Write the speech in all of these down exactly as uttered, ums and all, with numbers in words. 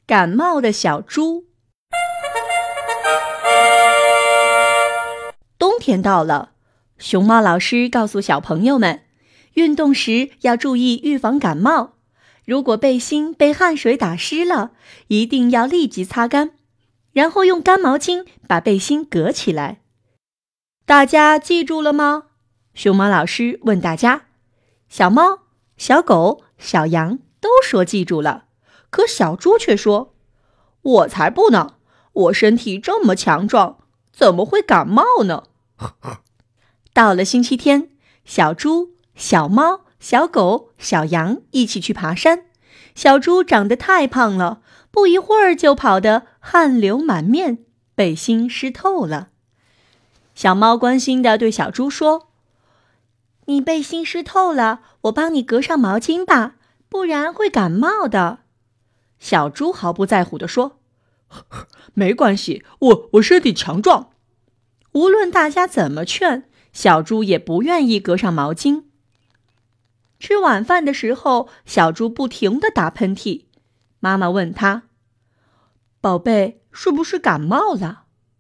感冒的小猪。冬天到了，熊猫老师告诉小朋友们，运动时要注意预防感冒。如果背心被汗水打湿了，一定要立即擦干，然后用干毛巾把背心隔起来。大家记住了吗？熊猫老师问大家。小猫、小狗、小羊都说记住了，可小猪却说：我才不呢，我身体这么强壮，怎么会感冒呢？到了星期天，小猪、小猫、小狗、小羊一起去爬山。小猪长得太胖了，不一会儿就跑得汗流满面，背心湿透了。小猫关心地对小猪说：你背心湿透了，我帮你隔上毛巾吧，不然会感冒的。小猪毫不在乎地说：没关系，我我身体强壮。无论大家怎么劝，小猪也不愿意隔上毛巾。吃晚饭的时候，小猪不停地打喷嚏。妈妈问他：宝贝，是不是感冒了？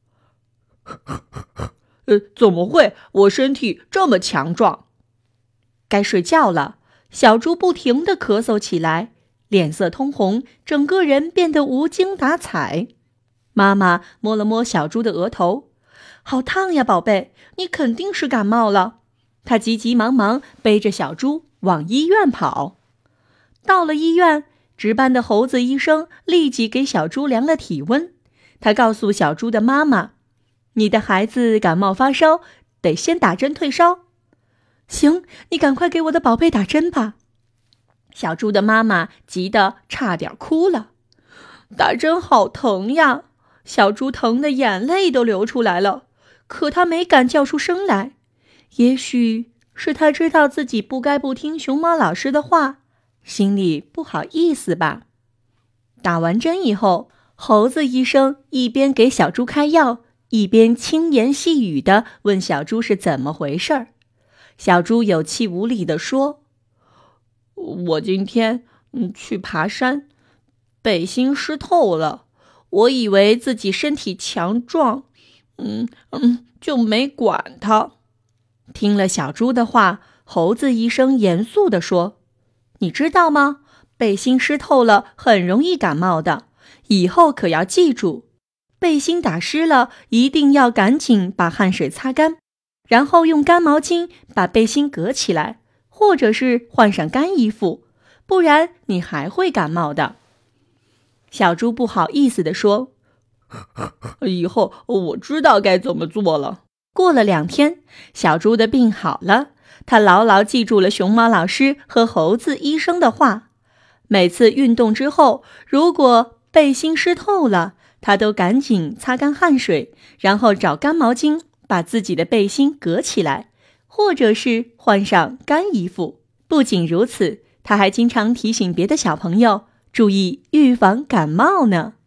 呃，怎么会？我身体这么强壮。该睡觉了，小猪不停地咳嗽起来，脸色通红，整个人变得无精打采。妈妈摸了摸小猪的额头，好烫呀，宝贝，你肯定是感冒了。她急急忙忙背着小猪往医院跑。到了医院，值班的猴子医生立即给小猪量了体温。他告诉小猪的妈妈：你的孩子感冒发烧，得先打针退烧。行，你赶快给我的宝贝打针吧。小猪的妈妈急得差点哭了。打针好疼呀，小猪疼得眼泪都流出来了，可他没敢叫出声来。也许是他知道自己不该不听熊猫老师的话，心里不好意思吧。打完针以后，猴子医生一边给小猪开药，一边轻言细语地问小猪是怎么回事儿。小猪有气无力地说：我今天嗯去爬山，背心湿透了，我以为自己身体强壮，嗯嗯，就没管它。听了小猪的话，猴子医生严肃地说：你知道吗？背心湿透了很容易感冒的，以后可要记住，背心打湿了一定要赶紧把汗水擦干，然后用干毛巾把背心隔起来，或者是换上干衣服，不然你还会感冒的。小猪不好意思地说：以后我知道该怎么做了。过了两天，小猪的病好了，他牢牢记住了熊猫老师和猴子医生的话。每次运动之后，如果背心湿透了，他都赶紧擦干汗水，然后找干毛巾把自己的背心隔起来，或者是换上干衣服。不仅如此，他还经常提醒别的小朋友注意预防感冒呢。